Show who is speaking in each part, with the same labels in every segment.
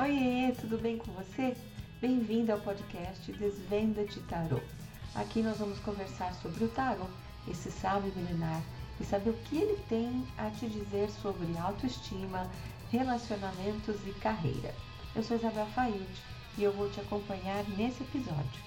Speaker 1: Oiê, tudo bem com você? Bem-vindo ao podcast Desvenda de Tarô. Aqui nós vamos conversar sobre o tarô, esse sábio milenar, e saber o que ele tem a te dizer sobre autoestima, relacionamentos e carreira. Eu sou Isabel Faiute e eu vou te acompanhar nesse episódio.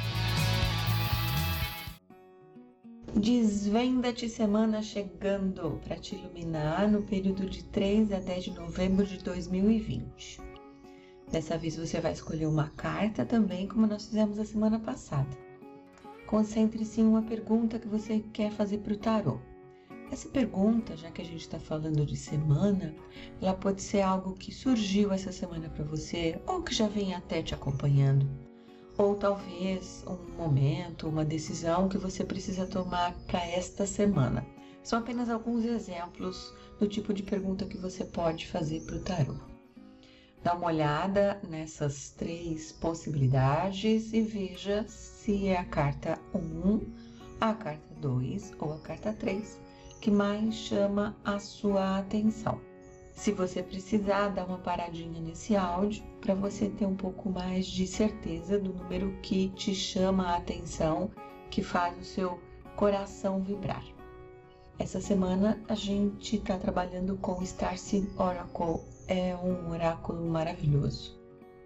Speaker 1: Desvenda-te semana chegando para te iluminar no período de 3 a 10 de novembro de 2020. Dessa vez você vai escolher uma carta também, como nós fizemos a semana passada. Concentre-se em uma pergunta que você quer fazer para o tarô. Essa pergunta, já que a gente está falando de semana, ela pode ser algo que surgiu essa semana para você ou que já vem até te acompanhando. Ou talvez um momento, uma decisão que você precisa tomar para esta semana. São apenas alguns exemplos do tipo de pergunta que você pode fazer para o tarô. Dá uma olhada nessas 3 possibilidades e veja se é a carta 1, a carta 2 ou a carta 3 que mais chama a sua atenção. Se você precisar, dá uma paradinha nesse áudio para você ter um pouco mais de certeza do número que te chama a atenção, que faz o seu coração vibrar. Essa semana a gente está trabalhando com o Starseed Oracle, é um oráculo maravilhoso.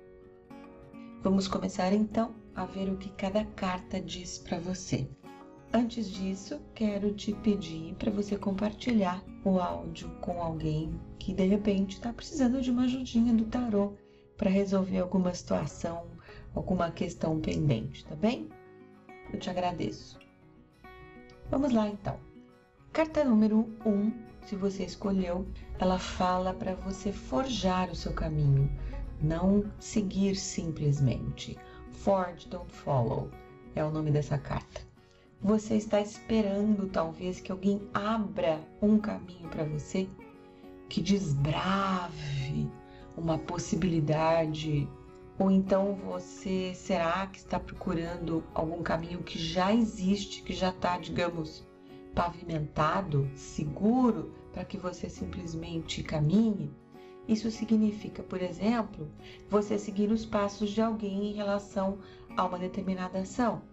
Speaker 1: Vamos começar então a ver o que cada carta diz para você. Antes disso, quero te pedir para você compartilhar o áudio com alguém que de repente está precisando de uma ajudinha do tarô para resolver alguma situação, alguma questão pendente, tá bem? Eu te agradeço. Vamos lá então. Carta número 1, se você escolheu, ela fala para você forjar o seu caminho, não seguir simplesmente. Forge, don't follow, é o nome dessa carta. Você está esperando talvez que alguém abra um caminho para você, que desbrave uma possibilidade, ou então você será que está procurando algum caminho que já existe, que já está, digamos, pavimentado, seguro, para que você simplesmente caminhe? Isso significa, por exemplo, você seguir os passos de alguém em relação a uma determinada ação.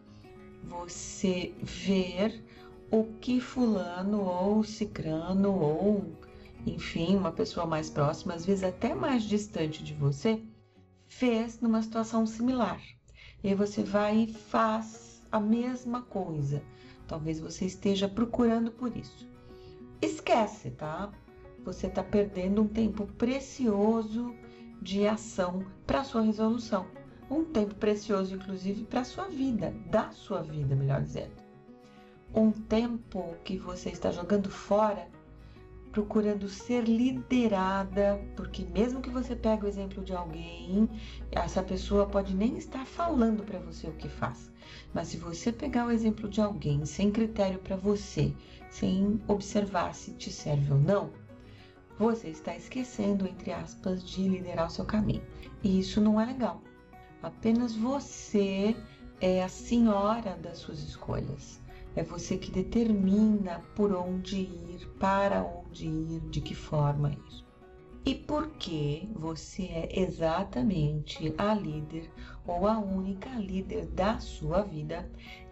Speaker 1: Você ver o que fulano ou cicrano ou, enfim, uma pessoa mais próxima, às vezes até mais distante de você, fez numa situação similar. E aí você vai e faz a mesma coisa. Talvez você esteja procurando por isso. Esquece, tá? Você está perdendo um tempo precioso de ação para a sua resolução. Um tempo precioso, inclusive, para a sua vida, da sua vida, melhor dizendo. Um tempo que você está jogando fora, procurando ser liderada, porque mesmo que você pegue o exemplo de alguém, essa pessoa pode nem estar falando para você o que faz. Mas se você pegar o exemplo de alguém sem critério para você, sem observar se te serve ou não, você está esquecendo, entre aspas, de liderar o seu caminho. E isso não é legal. Apenas você é a senhora das suas escolhas. É você que determina por onde ir, para onde ir, de que forma ir. E porque você é exatamente a líder ou a única líder da sua vida,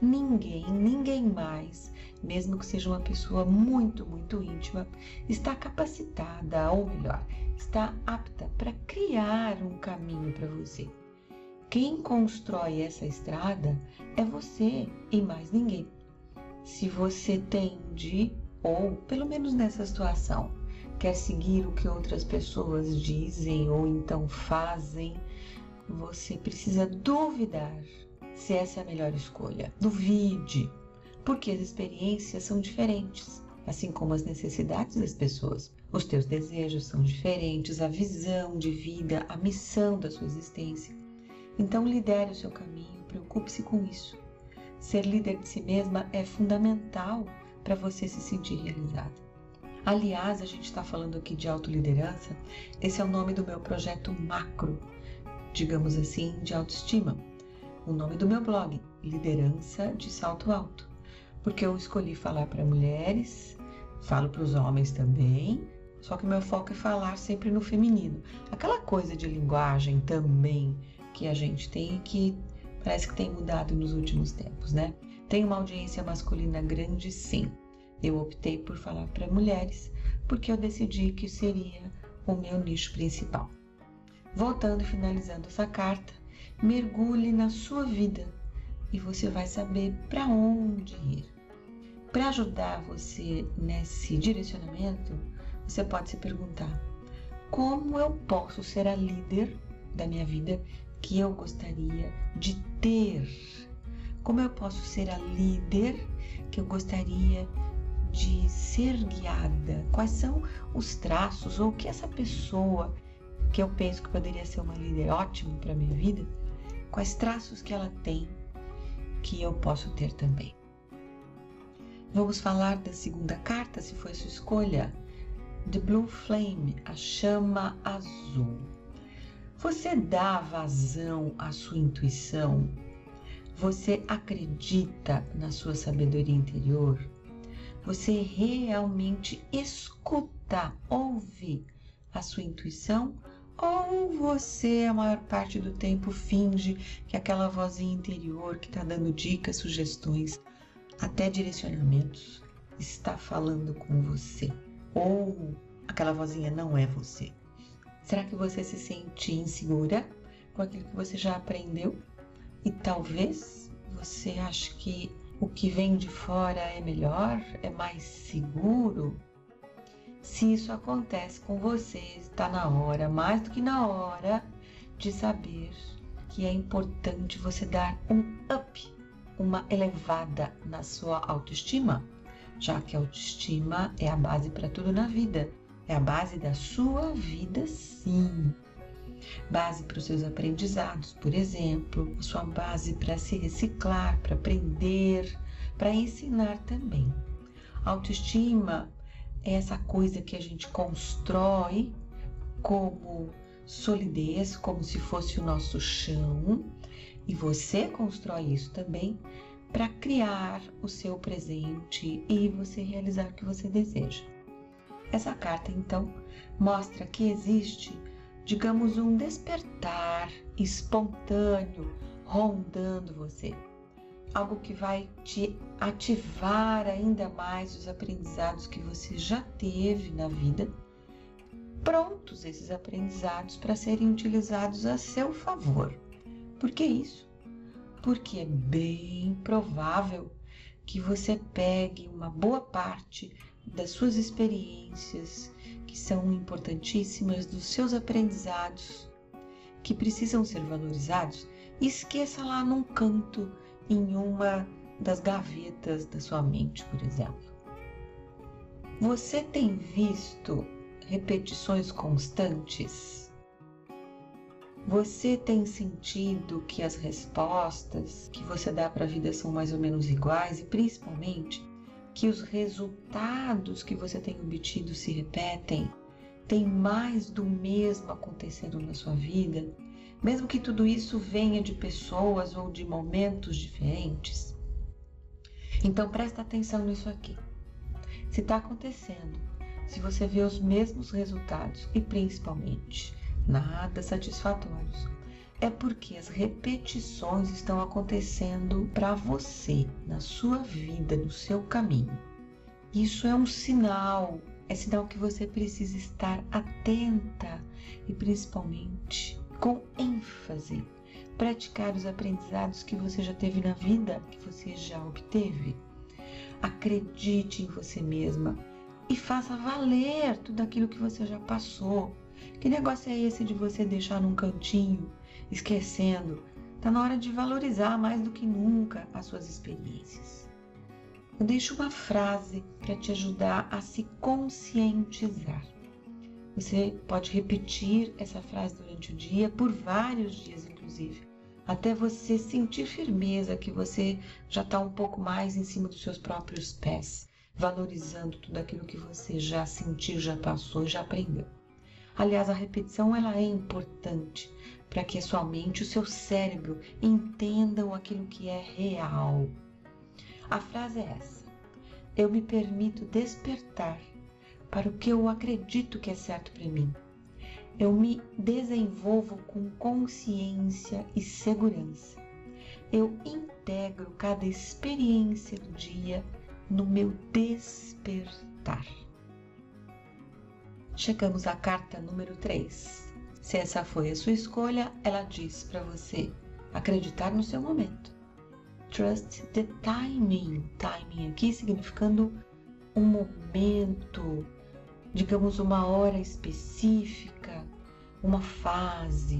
Speaker 1: ninguém mais, mesmo que seja uma pessoa muito, muito íntima, está capacitada, ou melhor, está apta para criar um caminho para você. Quem constrói essa estrada é você e mais ninguém. Se você tende, ou pelo menos nessa situação, quer seguir o que outras pessoas dizem ou então fazem, você precisa duvidar se essa é a melhor escolha. Duvide, porque as experiências são diferentes, assim como as necessidades das pessoas. Os teus desejos são diferentes, a visão de vida, a missão da sua existência. Então lidere o seu caminho, preocupe-se com isso. Ser líder de si mesma é fundamental para você se sentir realizada. Aliás, a gente está falando aqui de autoliderança, esse é o nome do meu projeto macro, digamos assim, de autoestima. O nome do meu blog, Liderança de Salto Alto, porque eu escolhi falar para mulheres, falo para os homens também, Só que meu foco é falar sempre no feminino. Aquela coisa de linguagem também que a gente tem e que parece que tem mudado nos últimos tempos, né? Tem uma audiência masculina grande, sim. Eu optei por falar para mulheres porque eu decidi que seria o meu nicho principal. Voltando e finalizando essa carta, mergulhe na sua vida e você vai saber para onde ir. Para ajudar você nesse direcionamento, você pode se perguntar: como eu posso ser a líder da minha vida que eu gostaria de ter? Como eu posso ser a líder que eu gostaria de ser guiada? Quais são os traços ou o que essa pessoa que eu penso que poderia ser uma líder ótima para a minha vida, quais traços que ela tem que eu posso ter também? Vamos falar da segunda carta, se foi sua escolha. The Blue Flame, a chama azul. Você dá vazão à sua intuição? Você acredita na sua sabedoria interior? Você realmente escuta, ouve a sua intuição? Ou você, a maior parte do tempo, finge que aquela vozinha interior que está dando dicas, sugestões, até direcionamentos, está falando com você? Ou aquela vozinha não é você? Será que você se sente insegura com aquilo que você já aprendeu? E talvez você ache que o que vem de fora é melhor, é mais seguro? Se isso acontece com você, está na hora, mais do que na hora, de saber que é importante você dar um up, uma elevada na sua autoestima, já que a autoestima é a base para tudo na vida. É a base da sua vida, sim. Base para os seus aprendizados, por exemplo, sua base para se reciclar, para aprender, para ensinar também. Autoestima é essa coisa que a gente constrói como solidez, como se fosse o nosso chão, e você constrói isso também para criar o seu presente e você realizar o que você deseja. Essa carta, então, mostra que existe, digamos, um despertar espontâneo rondando você. Algo que vai te ativar ainda mais os aprendizados que você já teve na vida, prontos esses aprendizados para serem utilizados a seu favor. Por que isso? Porque é bem provável que você pegue uma boa parte das suas experiências, que são importantíssimas, dos seus aprendizados, que precisam ser valorizados, e esqueça lá num canto, em uma das gavetas da sua mente, por exemplo. Você tem visto repetições constantes? Você tem sentido que as respostas que você dá para a vida são mais ou menos iguais e, principalmente, que os resultados que você tem obtido se repetem? Tem mais do mesmo acontecendo na sua vida? Mesmo que tudo isso venha de pessoas ou de momentos diferentes? Então presta atenção nisso aqui. Se está acontecendo, se você vê os mesmos resultados e principalmente nada satisfatórios, é porque as repetições estão acontecendo para você, na sua vida, no seu caminho. Isso é um sinal, é sinal que você precisa estar atenta e principalmente com ênfase, praticar os aprendizados que você já teve na vida, que você já obteve. Acredite em você mesma e faça valer tudo aquilo que você já passou. Que negócio é esse de você deixar num cantinho, esquecendo? Está na hora de valorizar mais do que nunca as suas experiências. Eu deixo uma frase para te ajudar a se conscientizar. Você pode repetir essa frase durante o dia, por vários dias inclusive, até você sentir firmeza que você já está um pouco mais em cima dos seus próprios pés, valorizando tudo aquilo que você já sentiu, já passou, já aprendeu. Aliás, a repetição ela é importante para que a sua mente, o seu cérebro entendam aquilo que é real. A frase é essa: eu me permito despertar para o que eu acredito que é certo para mim. Eu me desenvolvo com consciência e segurança. Eu integro cada experiência do dia no meu despertar. Chegamos à carta número 3. Se essa foi a sua escolha, ela diz para você acreditar no seu momento. Trust the timing. Timing aqui significando um momento, digamos uma hora específica, uma fase.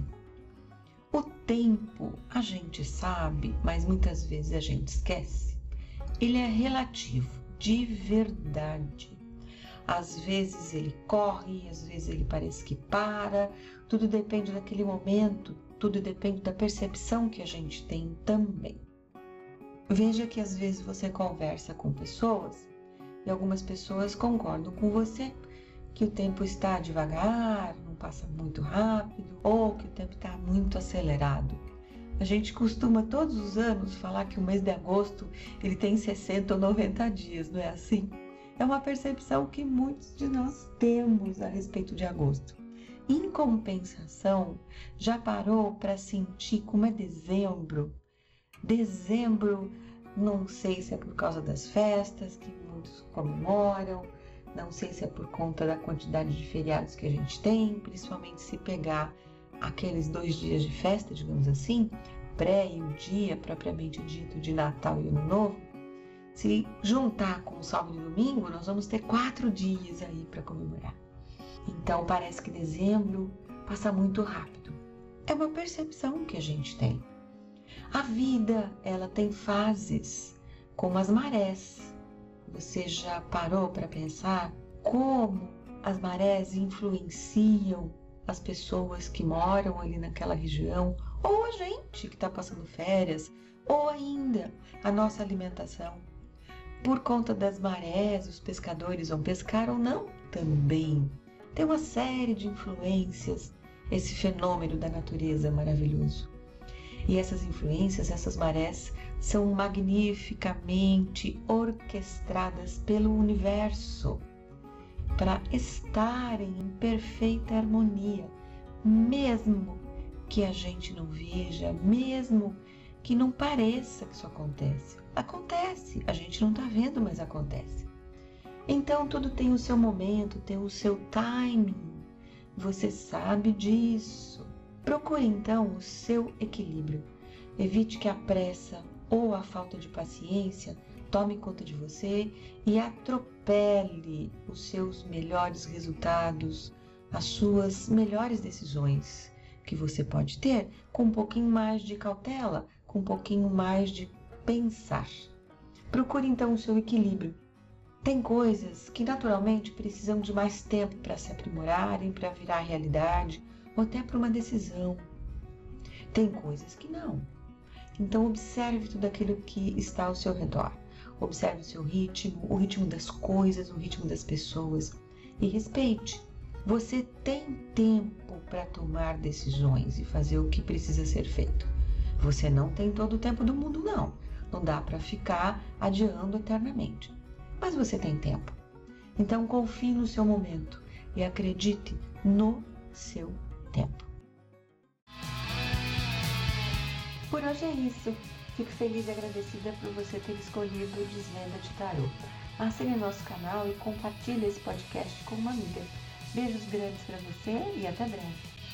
Speaker 1: O tempo a gente sabe, mas muitas vezes a gente esquece. Ele é relativo, de verdade. Às vezes ele corre, às vezes ele parece que para. Tudo depende daquele momento, tudo depende da percepção que a gente tem também. Veja que às vezes você conversa com pessoas e algumas pessoas concordam com você que o tempo está devagar, não passa muito rápido, ou que o tempo está muito acelerado. A gente costuma todos os anos falar que o mês de agosto ele tem 60 ou 90 dias, não é assim? É uma percepção que muitos de nós temos a respeito de agosto. Em compensação, já parou para sentir como é dezembro? Dezembro, não sei se é por causa das festas que muitos comemoram, não sei se é por conta da quantidade de feriados que a gente tem, principalmente se pegar aqueles 2 dias de festa, digamos assim, pré e o dia propriamente dito de Natal e Ano Novo. Se juntar com o sábado e domingo, nós vamos ter 4 dias aí para comemorar. Então parece que dezembro passa muito rápido. É uma percepção que a gente tem. A vida, ela tem fases, como as marés. Você já parou para pensar como as marés influenciam as pessoas que moram ali naquela região, ou a gente que está passando férias, ou ainda a nossa alimentação? Por conta das marés, os pescadores vão pescar ou não? Também. Tem uma série de influências, esse fenômeno da natureza maravilhoso. E essas influências, essas marés, são magnificamente orquestradas pelo universo para estarem em perfeita harmonia, mesmo que a gente não veja, mesmo que não pareça que isso acontece. Acontece, a gente não está vendo, mas acontece. Então tudo tem o seu momento, tem o seu timing, você sabe disso. Procure então o seu equilíbrio. Evite que a pressa ou a falta de paciência tome conta de você e atropele os seus melhores resultados, as suas melhores decisões que você pode ter com um pouquinho mais de cautela, com um pouquinho mais de pensar. Procure então o seu equilíbrio. Tem coisas que naturalmente precisam de mais tempo para se aprimorarem, para virar realidade, ou até para uma decisão. Tem coisas que não. Então observe tudo aquilo que está ao seu redor. Observe o seu ritmo, o ritmo das coisas, o ritmo das pessoas e respeite. Você tem tempo para tomar decisões e fazer o que precisa ser feito. Você não tem todo o tempo do mundo, não. Não dá para ficar adiando eternamente. Mas você tem tempo. Então confie no seu momento e acredite no seu tempo. Por hoje é isso. Fico feliz e agradecida por você ter escolhido o Desvenda de Tarô. Assine nosso canal e compartilhe esse podcast com uma amiga. Beijos grandes para você e até breve.